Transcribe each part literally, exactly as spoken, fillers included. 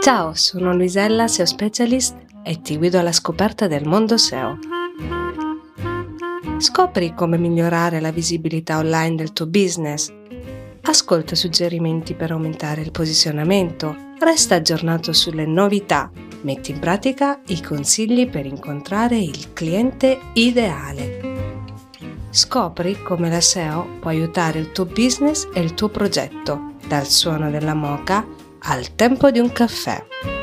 Ciao, sono Luisella, S E O Specialist e ti guido alla scoperta del mondo S E O. Scopri come migliorare la visibilità online del tuo business. Ascolta suggerimenti per aumentare il posizionamento. Resta aggiornato sulle novità. Metti in pratica i consigli per incontrare il cliente ideale. Scopri come la S E O può aiutare il tuo business e il tuo progetto, dal suono della moka al tempo di un caffè.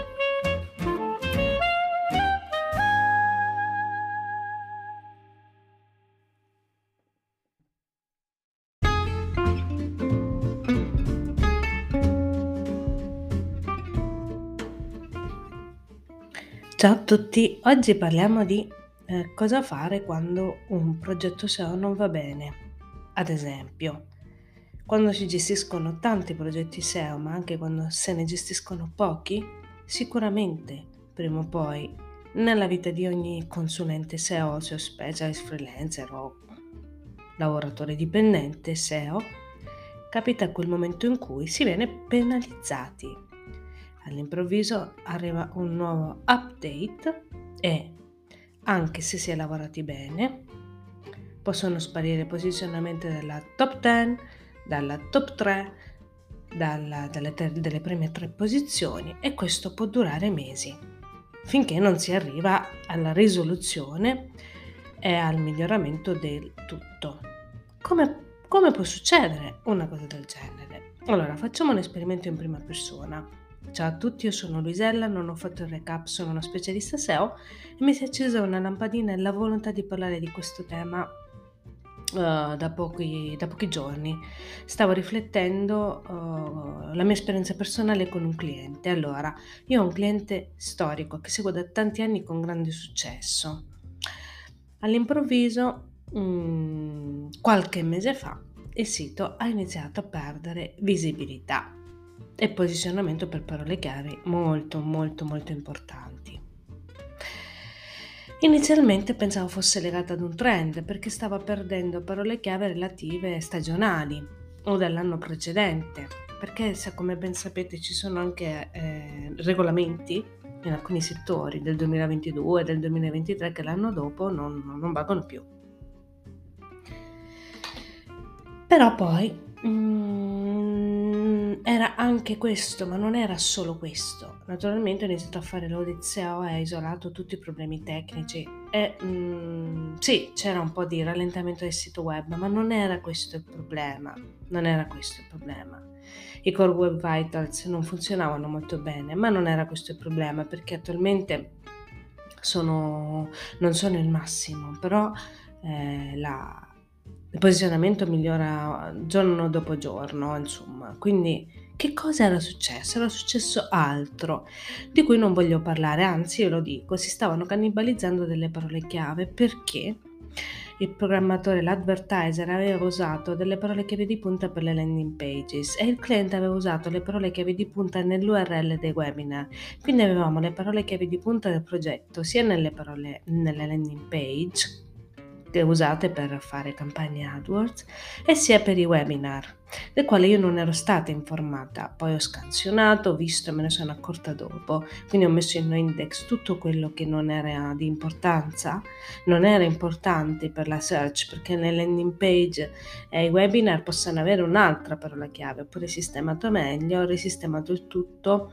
Ciao a tutti, oggi parliamo di eh, cosa fare quando un progetto S E O non va bene. Ad esempio, quando si gestiscono tanti progetti S E O, ma anche quando se ne gestiscono pochi, sicuramente prima o poi nella vita di ogni consulente S E O, S E O specialist, freelancer o lavoratore dipendente S E O, capita quel momento in cui si viene penalizzati. All'improvviso arriva un nuovo update e, anche se si è lavorati bene, possono sparire posizionamenti dalla top dieci, dalla top tre, dalla, dalle, ter- delle prime tre posizioni, e questo può durare mesi, finché non si arriva alla risoluzione e al miglioramento del tutto. Come, come può succedere una cosa del genere? Allora, facciamo un esperimento in prima persona. Ciao a tutti, io sono Luisella, non ho fatto il recap, sono una specialista S E O e mi si è accesa una lampadina e la volontà di parlare di questo tema uh, da, pochi, da pochi giorni. Stavo riflettendo uh, la mia esperienza personale con un cliente. Allora, io ho un cliente storico che seguo da tanti anni con grande successo. All'improvviso, um, qualche mese fa, il sito ha iniziato a perdere visibilità e posizionamento per parole chiave molto molto molto importanti. Inizialmente pensavo fosse legata ad un trend, perché stava perdendo parole chiave relative stagionali o dell'anno precedente, perché se, come ben sapete, ci sono anche eh, regolamenti in alcuni settori del duemilaventidue e del duemilaventitré che l'anno dopo non, non valgono più. Però poi mm, era anche questo, ma non era solo questo. Naturalmente ho iniziato a fare l'audit S E O e ho isolato tutti i problemi tecnici e mm, sì, c'era un po' di rallentamento del sito web, ma non era questo il problema, non era questo il problema. I Core Web Vitals non funzionavano molto bene, ma non era questo il problema, perché attualmente sono, non sono il massimo, però eh, la il posizionamento migliora giorno dopo giorno, insomma. Quindi che cosa era successo? Era successo altro, di cui non voglio parlare, anzi io lo dico, si stavano cannibalizzando delle parole chiave, perché il programmatore, l'advertiser, aveva usato delle parole chiave di punta per le landing pages e il cliente aveva usato le parole chiave di punta nell'U R L dei webinar. Quindi avevamo le parole chiave di punta del progetto sia nelle parole nelle landing page usate per fare campagne AdWords e sia per i webinar, del quale io non ero stata informata. Poi ho scansionato, ho visto e me ne sono accorta dopo, quindi ho messo in no index tutto quello che non era di importanza, non era importante per la search, perché nelle landing page e i webinar possono avere un'altra parola chiave. Oppure sistemato meglio, ho risistemato il tutto.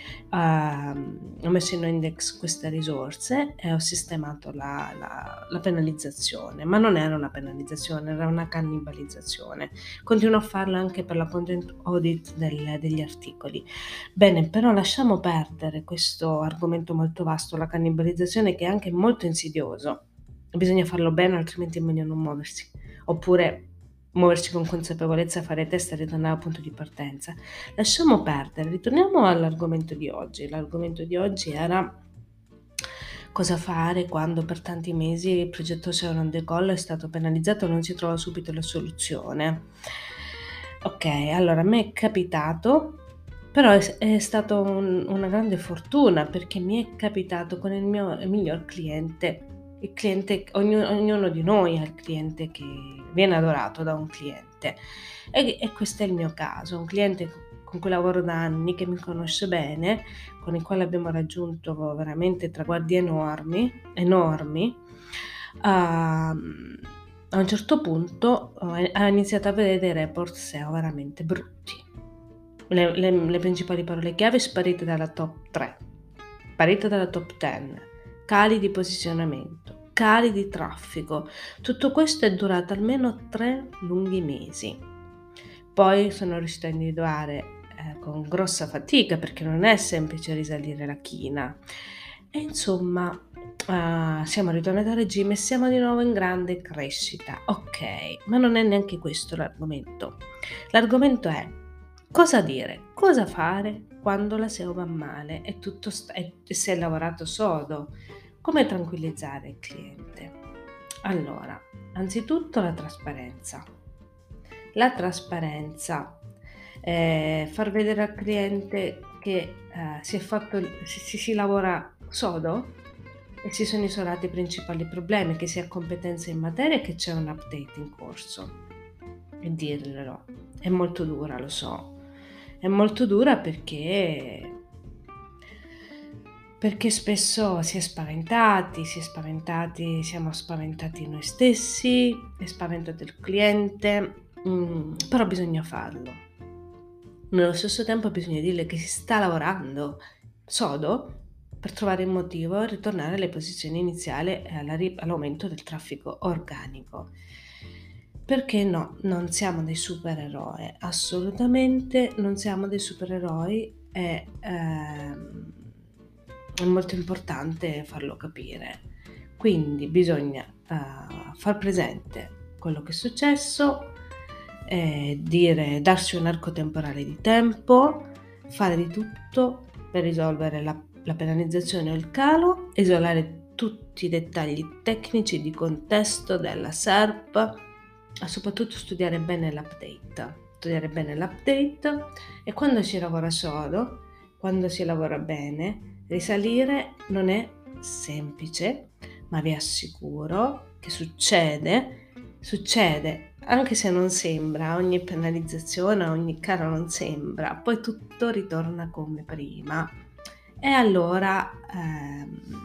Uh, ho messo in no index queste risorse e ho sistemato la, la, la penalizzazione, ma non era una penalizzazione, era una cannibalizzazione. Continuo a farlo anche per la content audit del, degli articoli. Bene, però lasciamo perdere questo argomento molto vasto, la cannibalizzazione, che è anche molto insidioso. Bisogna farlo bene, altrimenti è meglio non muoversi, oppure muoverci con consapevolezza, fare test e ritornare al punto di partenza. Lasciamo perdere, ritorniamo all'argomento di oggi. L'argomento di oggi era cosa fare quando per tanti mesi il progetto S E O non decolla, è stato penalizzato e non si trova subito la soluzione. Ok, allora a me è capitato, però è, è stata un, una grande fortuna, perché mi è capitato con il mio il miglior cliente. Il cliente, ognuno, ognuno di noi ha il cliente che viene adorato da un cliente, e, e questo è il mio caso, un cliente con cui lavoro da anni, che mi conosce bene, con il quale abbiamo raggiunto veramente traguardi enormi, enormi, uh, a un certo punto uh, ha iniziato a vedere dei report S E O veramente brutti. Le, le, le principali parole chiave sparite dalla top tre, sparite dalla top dieci, cali di posizionamento, cali di traffico. Tutto questo è durato almeno tre lunghi mesi. Poi sono riuscita a individuare eh, con grossa fatica, perché non è semplice risalire la china. E insomma, uh, siamo ritornati a regime e siamo di nuovo in grande crescita. Ok, ma non è neanche questo l'argomento. L'argomento è cosa dire, cosa fare quando la S E O va male e tutto sta- e si è lavorato sodo. Come tranquillizzare il cliente? Allora, anzitutto la trasparenza. La trasparenza, eh, far vedere al cliente che eh, si, è fatto, si, si, si lavora sodo e si sono isolati i principali problemi, che si ha competenza in materia e che c'è un update in corso. E dirglielo. È molto dura, lo so. È molto dura perché perché spesso si è spaventati, si è spaventati, siamo spaventati noi stessi, è spaventato il cliente, mm, però bisogna farlo. Nello stesso tempo bisogna dirle che si sta lavorando sodo per trovare il motivo e ritornare alle posizioni iniziali e alla ri- all'aumento del traffico organico. Perché no, non siamo dei supereroi, assolutamente non siamo dei supereroi e ehm, è molto importante farlo capire. Quindi bisogna uh, far presente quello che è successo, eh, dire, darsi un arco temporale di tempo, fare di tutto per risolvere la, la penalizzazione o il calo, isolare tutti i dettagli tecnici di contesto della S E R P, ma soprattutto studiare bene l'update, studiare bene l'update e quando si lavora sodo, quando si lavora bene, risalire non è semplice, ma vi assicuro che succede, succede, anche se non sembra, ogni penalizzazione, ogni caro non sembra, poi tutto ritorna come prima e allora ehm,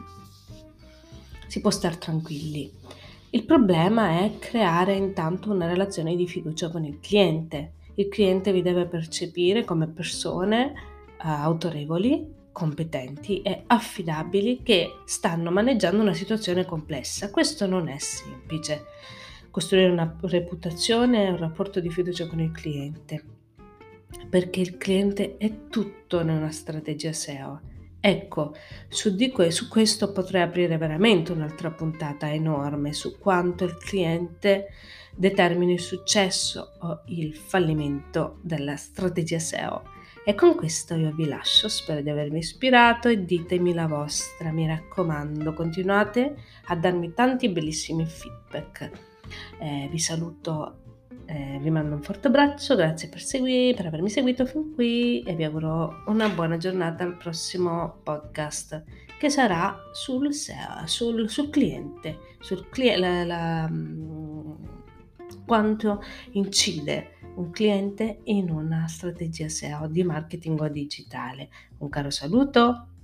si può stare tranquilli. Il problema è creare intanto una relazione di fiducia con il cliente. Il cliente vi deve percepire come persone uh, autorevoli, competenti e affidabili che stanno maneggiando una situazione complessa. Questo non è semplice. Costruire una reputazione e un rapporto di fiducia con il cliente, perché il cliente è tutto in una strategia S E O. Ecco, su, di que- su questo potrei aprire veramente un'altra puntata enorme su quanto il cliente determini il successo o il fallimento della strategia S E O. E con questo io vi lascio, spero di avervi ispirato e ditemi la vostra, mi raccomando, continuate a darmi tanti bellissimi feedback. Eh, vi saluto, eh, vi mando un forte abbraccio, grazie per, segui- per avermi seguito fin qui e vi auguro una buona giornata al prossimo podcast che sarà sul, S E O, sul, sul cliente, sul cli- la, la, quanto incide un cliente in una strategia S E O di marketing o digitale. Un caro saluto.